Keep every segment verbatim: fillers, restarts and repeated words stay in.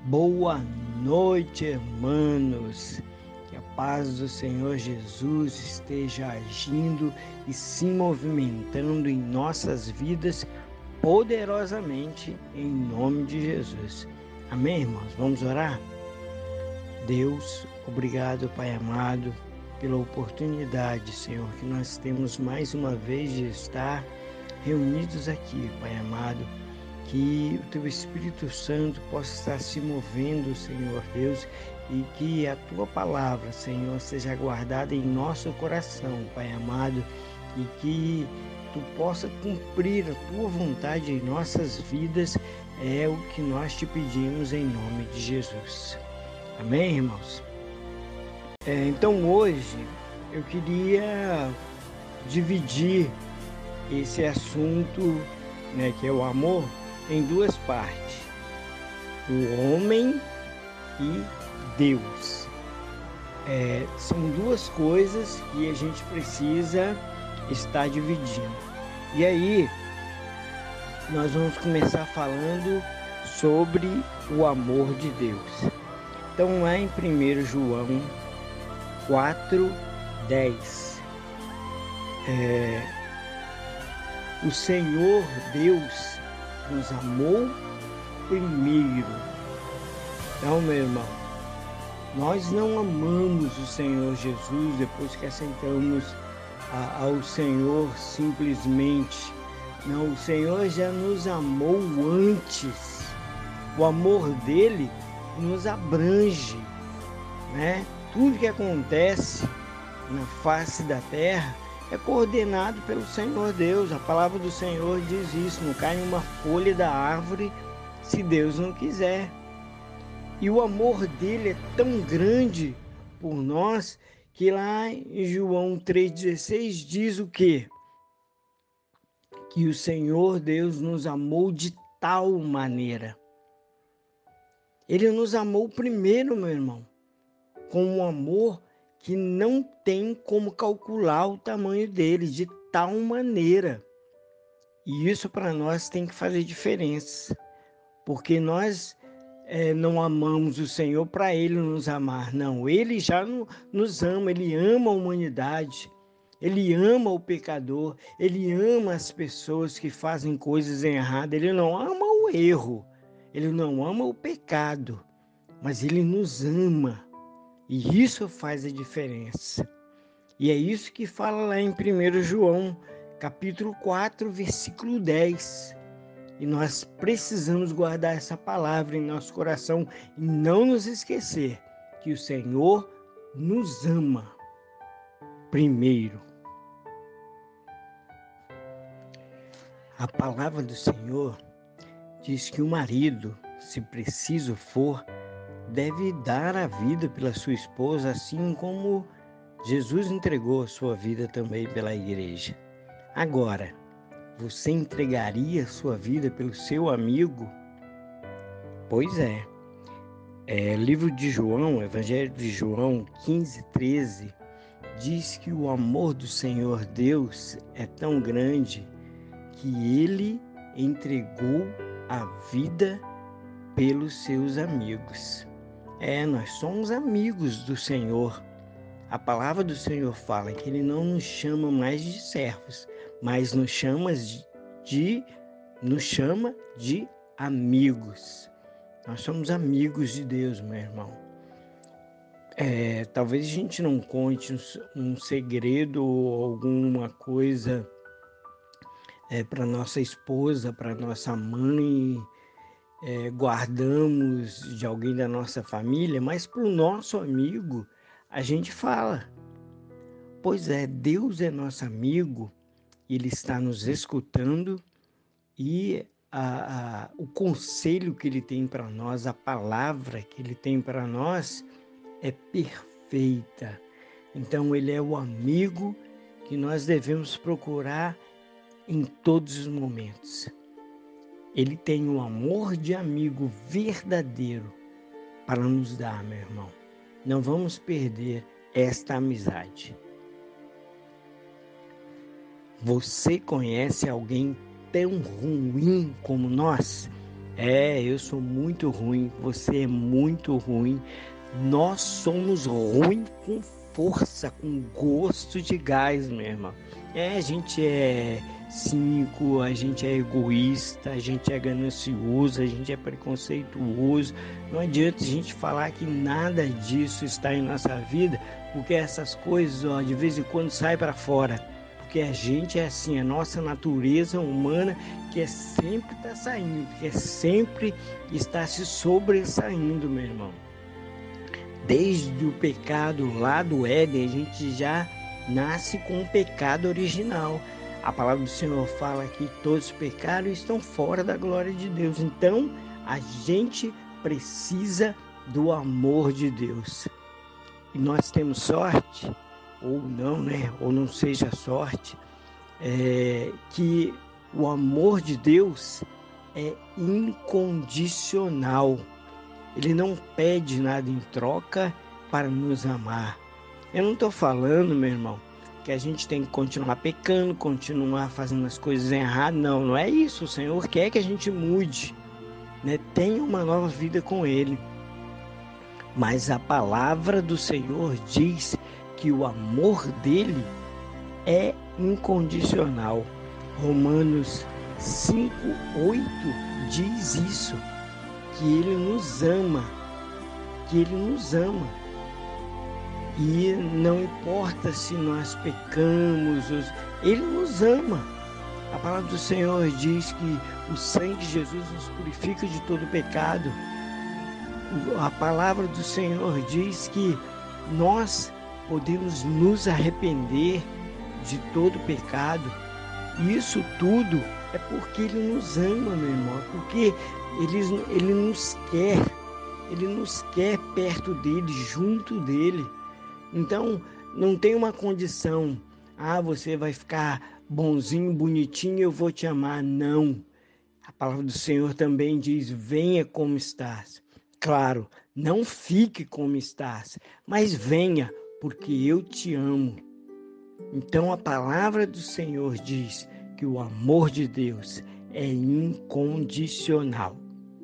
Boa noite, irmãos. Que a paz do Senhor Jesus esteja agindo e se movimentando em nossas vidas poderosamente, em nome de Jesus. Amém, irmãos? Vamos orar? Deus, obrigado, Pai amado, pela oportunidade, Senhor, que nós temos mais uma vez de estar reunidos aqui, Pai amado. Que o Teu Espírito Santo possa estar se movendo, Senhor Deus, e que a Tua palavra, Senhor, seja guardada em nosso coração, Pai amado, e que Tu possa cumprir a Tua vontade em nossas vidas, é o que nós te pedimos em nome de Jesus. Amém, irmãos? É, então hoje eu queria dividir esse assunto, né, que é o amor, em duas partes: o homem e Deus. É, são duas coisas que a gente precisa estar dividindo. E aí, nós vamos começar falando sobre o amor de Deus. Então, lá em primeiro João quatro, dez, é, o Senhor Deus nos amou primeiro. Então, meu irmão, nós não amamos o Senhor Jesus depois que aceitamos a, ao Senhor simplesmente. Não, o Senhor já nos amou antes. O amor dele nos abrange, né? Tudo que acontece na face da terra é coordenado pelo Senhor Deus. A palavra do Senhor diz isso: não cai uma folha da árvore se Deus não quiser. E o amor dele é tão grande por nós que lá em João três, dezesseis diz o quê? Que o Senhor Deus nos amou de tal maneira. Ele nos amou primeiro, meu irmão, com um amor que não tem como calcular o tamanho dele, de tal maneira. E isso para nós tem que fazer diferença, porque nós é, não amamos o Senhor para Ele nos amar, não. Ele já no, nos ama, Ele ama a humanidade, Ele ama o pecador, Ele ama as pessoas que fazem coisas erradas, Ele não ama o erro, Ele não ama o pecado, mas Ele nos ama. E isso faz a diferença. E é isso que fala lá em primeiro João, capítulo quatro, versículo dez. E nós precisamos guardar essa palavra em nosso coração e não nos esquecer que o Senhor nos ama primeiro. A palavra do Senhor diz que o marido, se preciso for, deve dar a vida pela sua esposa, assim como Jesus entregou a sua vida também pela igreja. Agora, você entregaria a sua vida pelo seu amigo? Pois é. É, livro de João, Evangelho de João quinze, treze, diz que o amor do Senhor Deus é tão grande que Ele entregou a vida pelos seus amigos. É, nós somos amigos do Senhor. A palavra do Senhor fala que Ele não nos chama mais de servos, mas nos chama de, nos chama de amigos. Nós somos amigos de Deus, meu irmão. É, talvez a gente não conte um, um segredo ou alguma coisa é, para nossa esposa, para nossa mãe, é, guardamos de alguém da nossa família, mas para o nosso amigo a gente fala. Pois é, Deus é nosso amigo, Ele está nos escutando e a, a, o conselho que Ele tem para nós, a palavra que Ele tem para nós é perfeita. Então Ele é o amigo que nós devemos procurar em todos os momentos. Ele tem um amor de amigo verdadeiro para nos dar, meu irmão. Não vamos perder esta amizade. Você conhece alguém tão ruim como nós? É, eu sou muito ruim, você é muito ruim. Nós somos ruins com força, com gosto de gás, meu irmão. É, a gente é cínico, a gente é egoísta, a gente é ganancioso, a gente é preconceituoso. Não adianta a gente falar que nada disso está em nossa vida, porque essas coisas, ó, de vez em quando saem para fora. Porque a gente é assim, a nossa natureza humana quer sempre estar saindo, quer sempre estar se sobressaindo, meu irmão. Desde o pecado lá do Éden, a gente já nasce com o pecado original. A palavra do Senhor fala que todos pecaram e estão fora da glória de Deus. Então, a gente precisa do amor de Deus. E nós temos sorte, ou não, né? Ou não seja sorte, é, que o amor de Deus é incondicional. Ele não pede nada em troca para nos amar. Eu não estou falando, meu irmão, que a gente tem que continuar pecando, continuar fazendo as coisas erradas. Não, não é isso. O Senhor quer que a gente mude, né? Tenha uma nova vida com Ele. Mas a palavra do Senhor diz que o amor dele é incondicional. Romanos cinco, oito diz isso, que Ele nos ama, que Ele nos ama. E não importa se nós pecamos, Ele nos ama. A palavra do Senhor diz que o sangue de Jesus nos purifica de todo pecado. A palavra do Senhor diz que nós podemos nos arrepender de todo pecado. Isso tudo é porque Ele nos ama, meu irmão, porque Ele, Ele nos quer, Ele nos quer perto dEle, junto dEle. Então, não tem uma condição, ah, você vai ficar bonzinho, bonitinho, eu vou te amar. Não. A palavra do Senhor também diz, venha como estás. Claro, não fique como estás, mas venha, porque eu te amo. Então a palavra do Senhor diz que o amor de Deus é incondicional.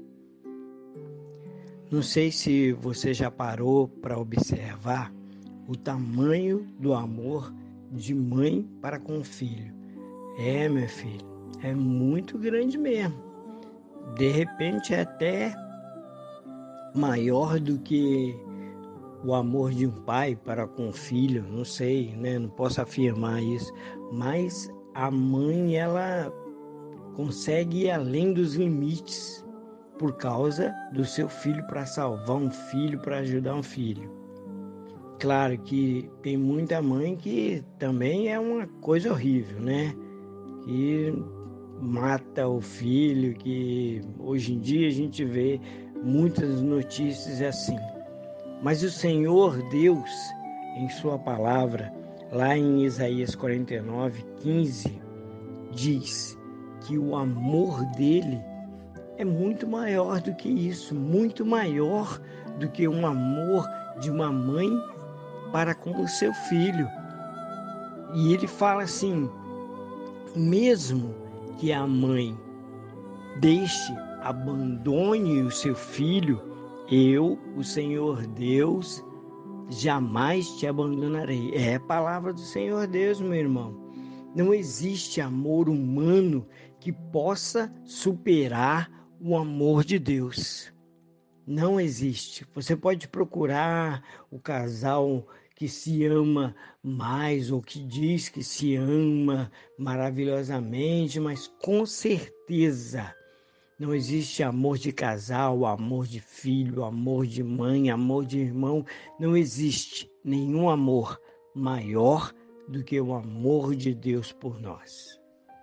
Não sei se você já parou para observar o tamanho do amor de mãe para com o filho. É, meu filho, é muito grande mesmo. De repente é até maior do que o amor de um pai para com o filho, não sei, né? Não posso afirmar isso, mas a mãe, ela consegue ir além dos limites por causa do seu filho, para salvar um filho, para ajudar um filho. Claro que tem muita mãe que também é uma coisa horrível, né? Que mata o filho, que hoje em dia a gente vê muitas notícias assim. Mas o Senhor Deus, em sua palavra, lá em Isaías quarenta e nove, quinze, diz que o amor dele é muito maior do que isso, muito maior do que um amor de uma mãe para com o seu filho. E ele fala assim, mesmo que a mãe deixe, abandone o seu filho, eu, o Senhor Deus, jamais te abandonarei. É a palavra do Senhor Deus, meu irmão. Não existe amor humano que possa superar o amor de Deus. Não existe. Você pode procurar o casal que se ama mais ou que diz que se ama maravilhosamente, mas com certeza não existe amor de casal, amor de filho, amor de mãe, amor de irmão. Não existe nenhum amor maior do que o amor de Deus por nós.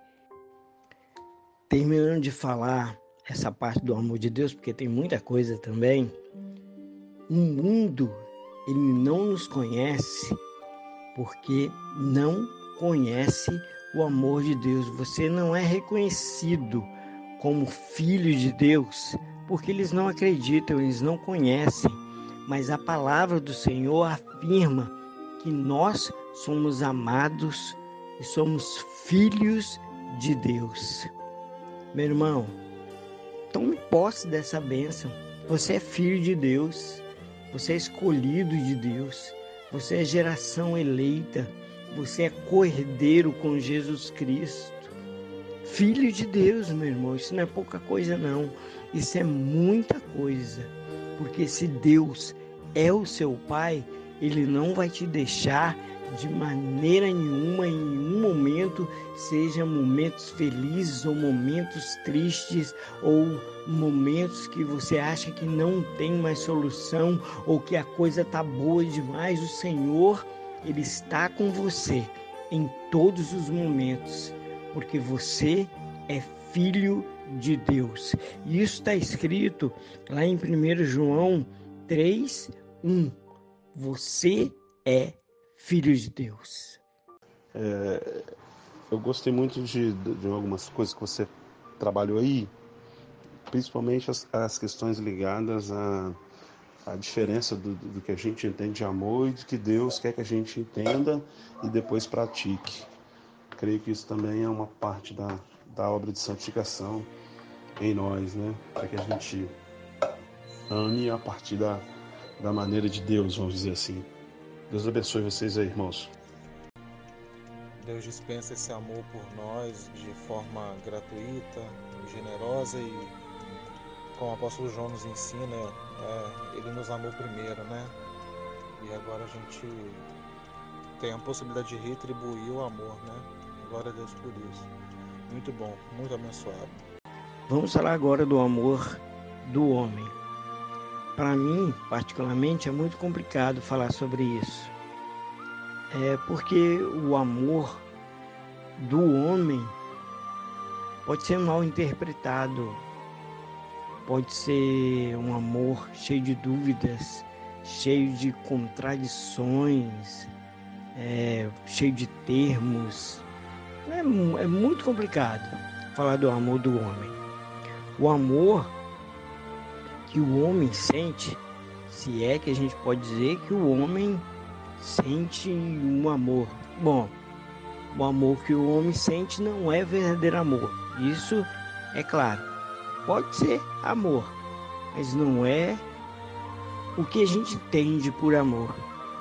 Terminando de falar essa parte do amor de Deus, porque tem muita coisa também, o mundo, ele não nos conhece porque não conhece o amor de Deus. Você não é reconhecido como filho de Deus porque eles não acreditam, eles não conhecem. Mas a palavra do Senhor afirma que nós somos amados e somos filhos de Deus. Meu irmão, Tome posse dessa bênção. Você é filho de Deus, você é escolhido de Deus, você é geração eleita, você é co-herdeiro com Jesus Cristo. Filho de Deus, meu irmão, isso não é pouca coisa não, isso é muita coisa, porque se Deus é o seu Pai, Ele não vai te deixar de maneira nenhuma, em nenhum momento, seja momentos felizes ou momentos tristes, ou momentos que você acha que não tem mais solução, ou que a coisa está boa demais. O Senhor, Ele está com você em todos os momentos, porque você é filho de Deus. E isso está escrito lá em primeiro João três, um. Você é filho de Deus. É, eu gostei muito de, de algumas coisas que você trabalhou aí, principalmente as, as questões ligadas à, à diferença do, do que a gente entende de amor e do que Deus quer que a gente entenda e depois pratique. Creio que isso também é uma parte da, da obra de santificação em nós, né? Para que a gente ame a partir da, da maneira de Deus, vamos dizer assim. Deus abençoe vocês aí, irmãos. Deus dispensa esse amor por nós de forma gratuita, generosa e, como o apóstolo João nos ensina, é, ele nos amou primeiro, né? E agora a gente tem a possibilidade de retribuir o amor, né? Glória a Deus por isso. Muito bom, muito abençoado. Vamos falar agora do amor do homem. Para mim, particularmente, é muito complicado falar sobre isso. É porque o amor do homem pode ser mal interpretado, pode ser um amor cheio de dúvidas, cheio de contradições, é, cheio de termos. É, é muito complicado falar do amor do homem. O amor que o homem sente, se é que a gente pode dizer que o homem sente um amor. Bom, o amor que o homem sente não é verdadeiro amor. Isso é claro. Pode ser amor, mas não é o que a gente entende por amor.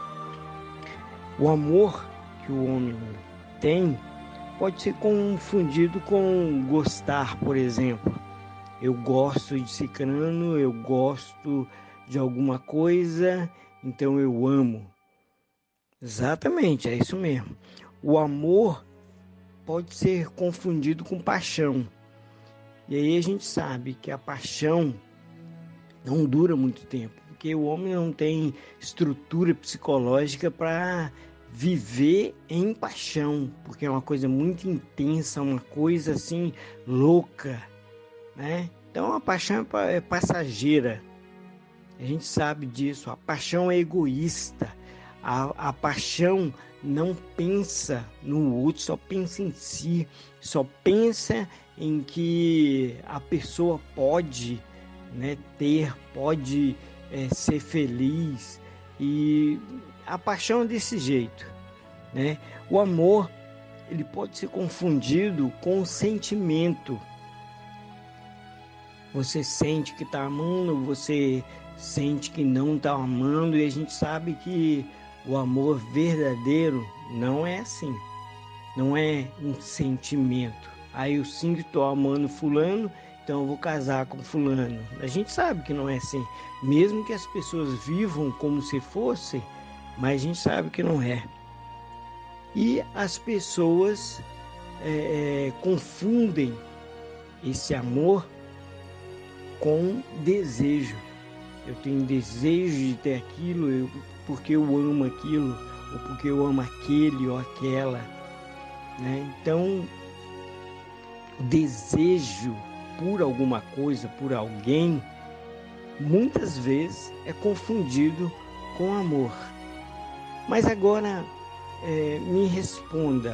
O amor que o homem tem pode ser confundido com gostar, por exemplo. Eu gosto de cicrano, eu gosto de alguma coisa, então eu amo. Exatamente, é isso mesmo. O amor pode ser confundido com paixão. E aí a gente sabe que a paixão não dura muito tempo, porque o homem não tem estrutura psicológica para viver em paixão, porque é uma coisa muito intensa, uma coisa assim louca, né? Então a paixão é passageira. A gente sabe disso. A paixão é egoísta. A, a paixão não pensa no outro, só pensa em si, só pensa em que a pessoa pode, né, ter, pode é, ser feliz. E a paixão é desse jeito, né? O amor, ele pode ser confundido com o sentimento. Você sente que está amando, você sente que não está amando, e a gente sabe que o amor verdadeiro não é assim, não é um sentimento. Aí eu sim que estou amando fulano, então eu vou casar com fulano. A gente sabe que não é assim, mesmo que as pessoas vivam como se fosse, mas a gente sabe que não é. E as pessoas é, é, confundem esse amor com desejo. Eu tenho desejo de ter aquilo eu, porque eu amo aquilo, ou porque eu amo aquele ou aquela, né? Então, o desejo por alguma coisa, por alguém, muitas vezes é confundido com amor. Mas agora, é, me responda.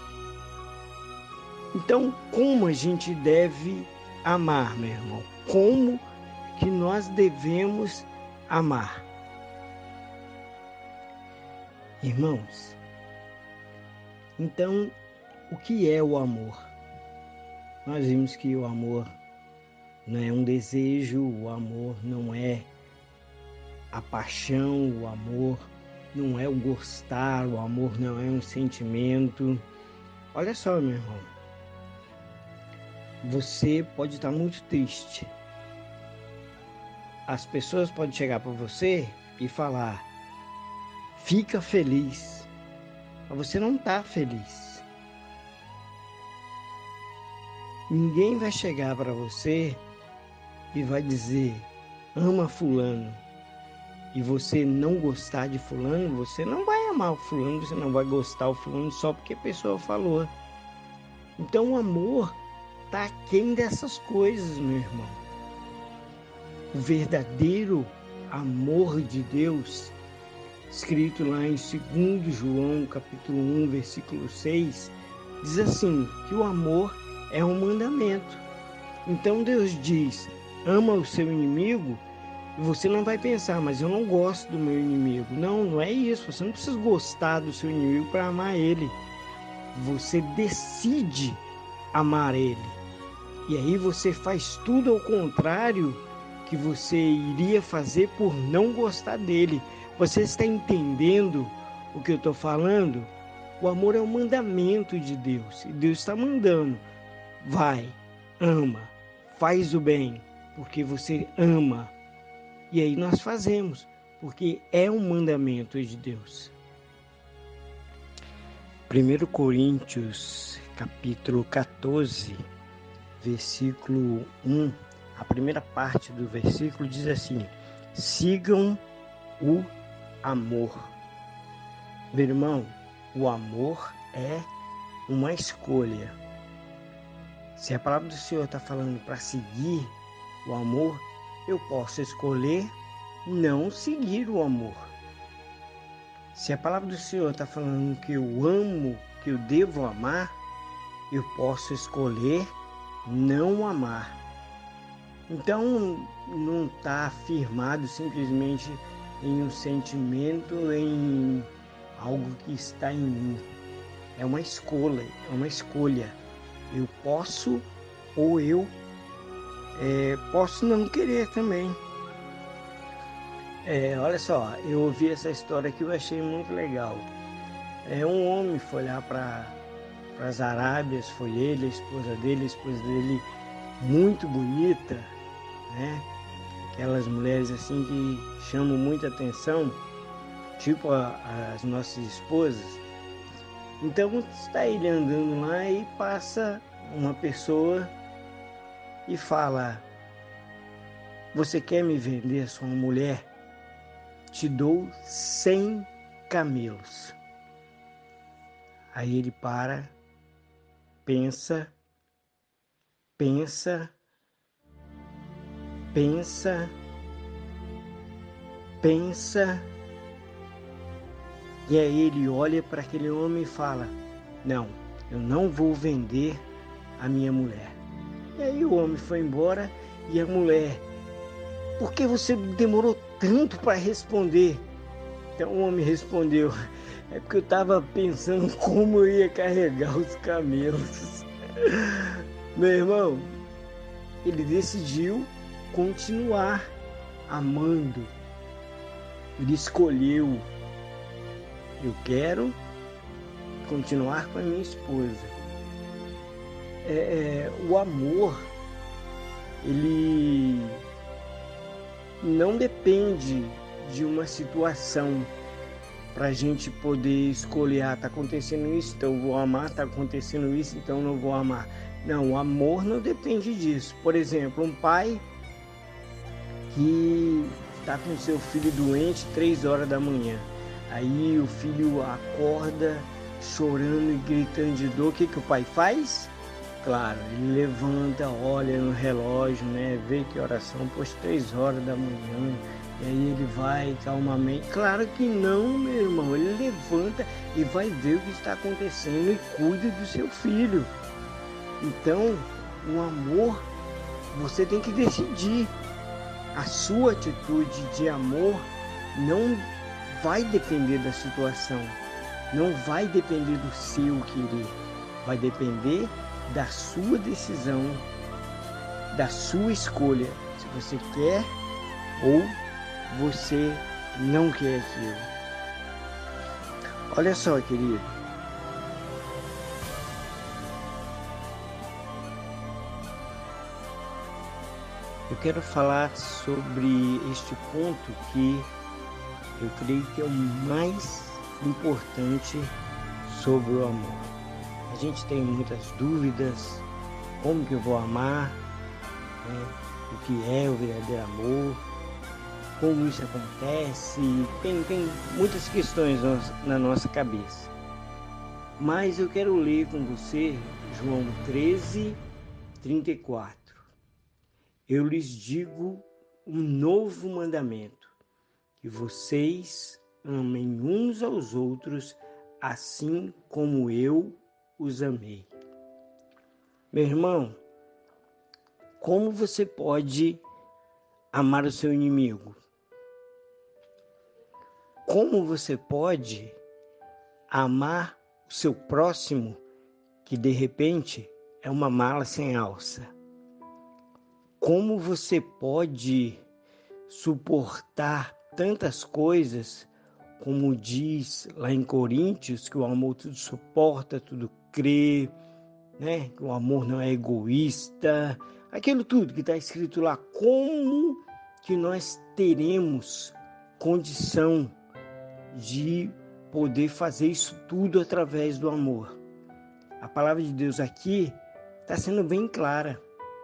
Então, como a gente deve amar, meu irmão? Como que nós devemos amar? Irmãos, então, o que é o amor? Nós vimos que o amor não é um desejo, o amor não é a paixão, o amor não é o gostar, o amor não é um sentimento. Olha só, meu irmão, você pode estar muito triste. As pessoas podem chegar para você e falar, fica feliz, mas você não está feliz. Ninguém vai chegar para você e vai dizer, ama fulano, e você não gostar de fulano, você não vai amar o fulano, você não vai gostar do fulano só porque a pessoa falou. Então o amor está aquém dessas coisas, meu irmão. O verdadeiro amor de Deus, escrito lá em segundo João, capítulo um, versículo seis, diz assim, que o amor é um mandamento. Então Deus diz, ama o seu inimigo, e você não vai pensar, mas eu não gosto do meu inimigo. Não, não é isso. Você não precisa gostar do seu inimigo para amar ele. Você decide amar ele. E aí você faz tudo ao contrário que você iria fazer por não gostar dele. Você está entendendo o que eu estou falando? O amor é um mandamento de Deus. E Deus está mandando. Vai, ama, faz o bem, porque você ama. E aí nós fazemos, porque é um mandamento de Deus. primeiro Coríntios, capítulo quatorze, versículo um, a primeira parte do versículo diz assim, sigam o amor. Meu irmão, o amor é uma escolha. Se a palavra do Senhor está falando para seguir o amor, eu posso escolher não seguir o amor. Se a palavra do Senhor está falando que eu amo, que eu devo amar, eu posso escolher não amar. Então, não está afirmado simplesmente em um sentimento, em algo que está em mim. É uma escolha, é uma escolha. Eu posso ou eu É, posso não querer também. É, olha só, eu ouvi essa história que eu achei muito legal. É, um homem foi lá para as Arábias, foi ele, a esposa dele, a esposa dele muito bonita, né? Aquelas mulheres assim que chamam muita atenção, tipo a, as nossas esposas. Então está ele andando lá e passa uma pessoa e fala, você quer me vender a sua mulher? Te dou cem camelos. Aí ele para, pensa, pensa, pensa, pensa, e aí ele olha para aquele homem e fala, não, eu não vou vender a minha mulher. E aí o homem foi embora e a mulher, por que você demorou tanto para responder? Então o homem respondeu, é porque eu estava pensando como eu ia carregar os camelos. Meu irmão, ele decidiu continuar amando. Ele escolheu, eu quero continuar com a minha esposa. É, é, o amor, ele não depende de uma situação para a gente poder escolher, ah, está acontecendo isso, então eu vou amar, está acontecendo isso, então eu não vou amar. Não, o amor não depende disso. Por exemplo, um pai que está com seu filho doente três horas da manhã, aí o filho acorda chorando e gritando de dor, o que, que o pai faz? Claro, ele levanta, olha no relógio, né, vê que oração, pois três horas da manhã, e aí ele vai calmamente. Claro que não, meu irmão, ele levanta e vai ver o que está acontecendo e cuida do seu filho. Então, o amor, você tem que decidir. A sua atitude de amor não vai depender da situação, não vai depender do seu querer, vai depender da sua decisão da sua escolha, se você quer ou você não quer aquilo. Olha só, querido. Eu quero falar sobre este ponto que eu creio que é o mais importante sobre o amor. A gente tem muitas dúvidas, como que eu vou amar, né? O que é o verdadeiro amor, como isso acontece, tem, tem muitas questões na nossa cabeça. Mas eu quero ler com você João treze, trinta e quatro. Eu lhes digo um novo mandamento, que vocês amem uns aos outros, assim como eu os amei. Meu irmão, como você pode amar o seu inimigo? Como você pode amar o seu próximo, que de repente é uma mala sem alça? Como você pode suportar tantas coisas, como diz lá em Coríntios, que o amor tudo suporta, tudo crê, né? Que o amor não é egoísta, aquilo tudo que está escrito lá. Como que nós teremos condição de poder fazer isso tudo através do amor? A palavra de Deus aqui está sendo bem clara.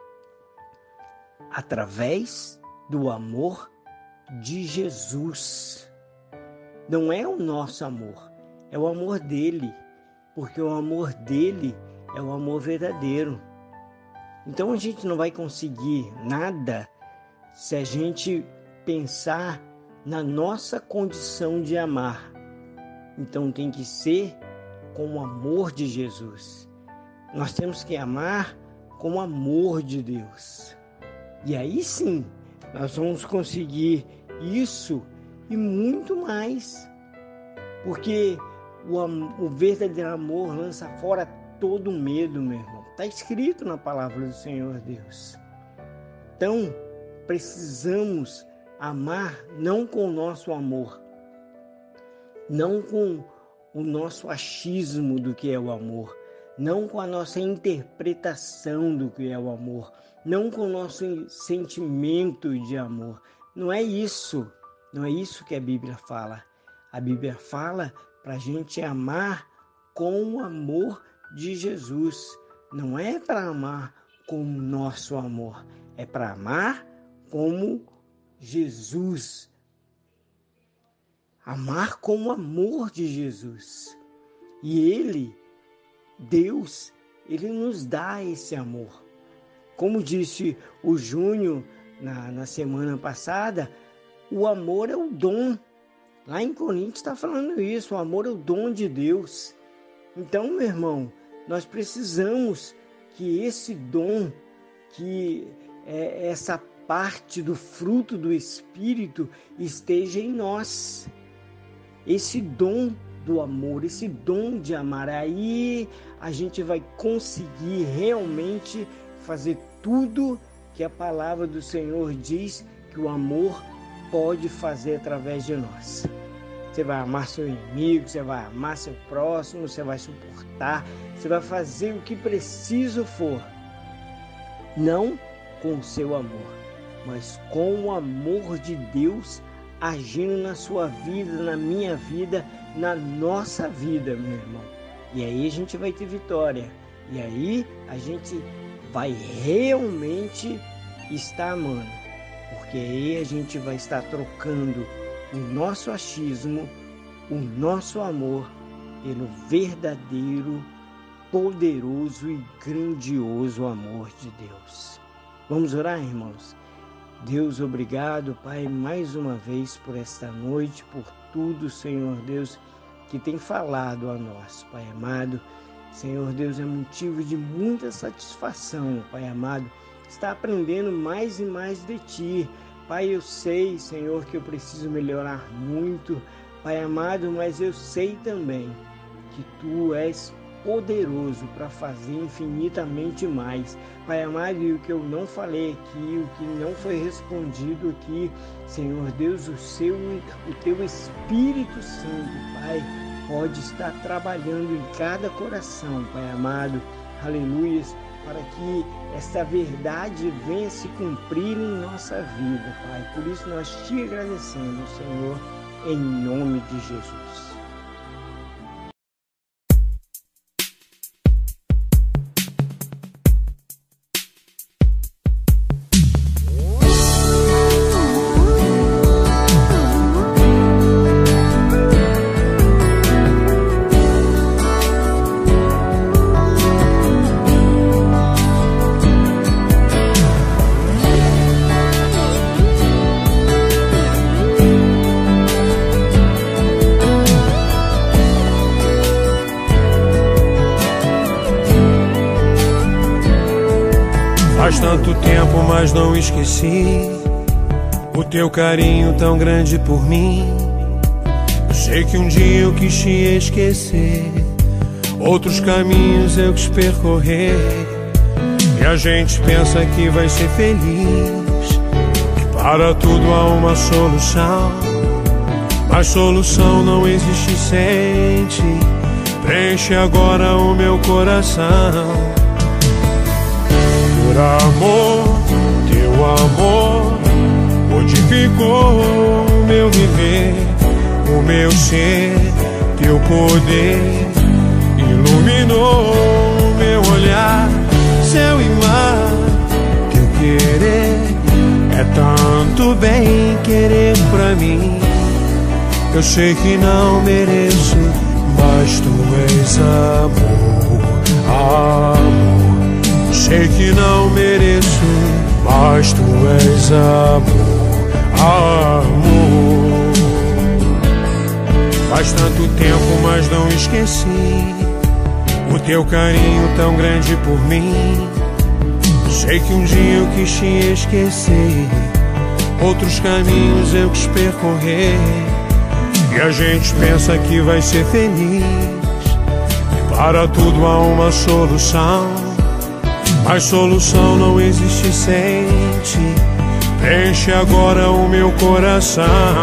Através do amor de Jesus. Não é o nosso amor, é o amor dele, porque o amor dele é o amor verdadeiro. Então a gente não vai conseguir nada se a gente pensar na nossa condição de amar. Então tem que ser com o amor de Jesus. Nós temos que amar com o amor de Deus. E aí sim, nós vamos conseguir isso e muito mais. Porque o, o verdadeiro amor lança fora todo medo, meu irmão. Está escrito na palavra do Senhor Deus. Então, precisamos amar não com o nosso amor, não com o nosso achismo do que é o amor, não com a nossa interpretação do que é o amor, não com o nosso sentimento de amor. Não é isso, não é isso que a Bíblia fala. A Bíblia fala para a gente amar com o amor de Jesus. Não é para amar com o nosso amor, é para amar como Jesus. Amar com o amor de Jesus. E Ele, Deus, Ele nos dá esse amor. Como disse o Júnior na, na semana passada, o amor é o dom. Lá em Coríntios está falando isso, o amor é o dom de Deus. Então, meu irmão, nós precisamos que esse dom, que é essa parte do fruto do Espírito esteja em nós. Esse dom do amor, esse dom de amar, aí a gente vai conseguir realmente fazer tudo que a palavra do Senhor diz que o amor pode fazer através de nós. Você vai amar seu inimigo, você vai amar seu próximo, você vai suportar, você vai fazer o que preciso for. Não com o seu amor, mas com o amor de Deus agindo na sua vida, na minha vida, na nossa vida, meu irmão. E aí a gente vai ter vitória. E aí a gente vai realmente estar amando. Porque aí a gente vai estar trocando o nosso achismo, o nosso amor, pelo verdadeiro, poderoso e grandioso amor de Deus. Vamos orar, irmãos? Deus, obrigado, Pai, mais uma vez por esta noite, por tudo, Senhor Deus, que tem falado a nós, Pai amado. Senhor Deus, é motivo de muita satisfação, Pai amado, estar aprendendo mais e mais de Ti. Pai, eu sei, Senhor, que eu preciso melhorar muito, Pai amado, mas eu sei também que Tu és poderoso para fazer infinitamente mais. Pai amado, e o que eu não falei aqui, o que não foi respondido aqui, Senhor Deus, o seu, o teu Espírito Santo, Pai, pode estar trabalhando em cada coração, Pai amado, aleluias, para que esta verdade venha se cumprir em nossa vida, Pai. Por isso nós te agradecemos, Senhor, em nome de Jesus. Faz tanto tempo, mas não esqueci o teu carinho tão grande por mim. Eu sei que um dia eu quis te esquecer, outros caminhos eu quis percorrer, e a gente pensa que vai ser feliz, que para tudo há uma solução, mas solução não existe, sente. Preenche agora o meu coração. Por amor, teu amor modificou o meu viver, o meu ser, teu poder iluminou o meu olhar. Céu e mar, teu querer é tanto bem querer pra mim. Eu sei que não mereço, mas tu és amor, amor. Sei que não mereço, mas tu és amor, amor. Faz tanto tempo, mas não esqueci o teu carinho tão grande por mim. Sei que um dia eu quis te esquecer, outros caminhos eu quis percorrer, e a gente pensa que vai ser feliz, e para tudo há uma solução, mas solução não existe, sente. Preenche agora o meu coração.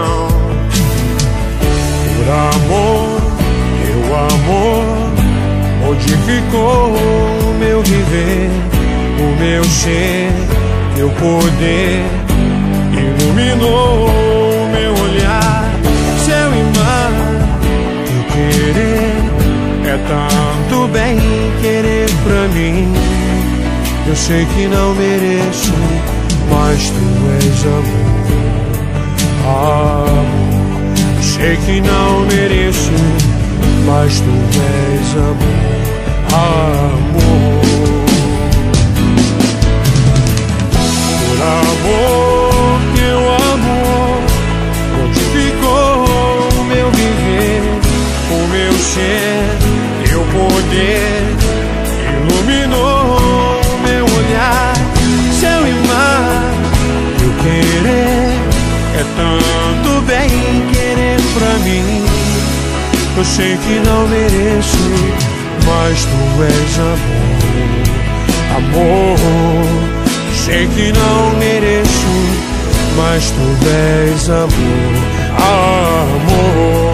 Por amor, teu amor modificou o meu viver, o meu ser, teu poder iluminou o meu olhar. Céu e mar, teu querer é tanto bem querer pra mim. Eu sei que não mereço, mas tu és amor, amor. Sei que não mereço, mas tu és amor, amor. Por amor, teu amor modificou o meu viver, o meu ser, teu poder iluminou. Céu e mar, teu querer é tanto bem querer pra mim. Eu sei que não mereço, mas tu és amor, amor. Sei que não mereço, mas tu és amor, amor.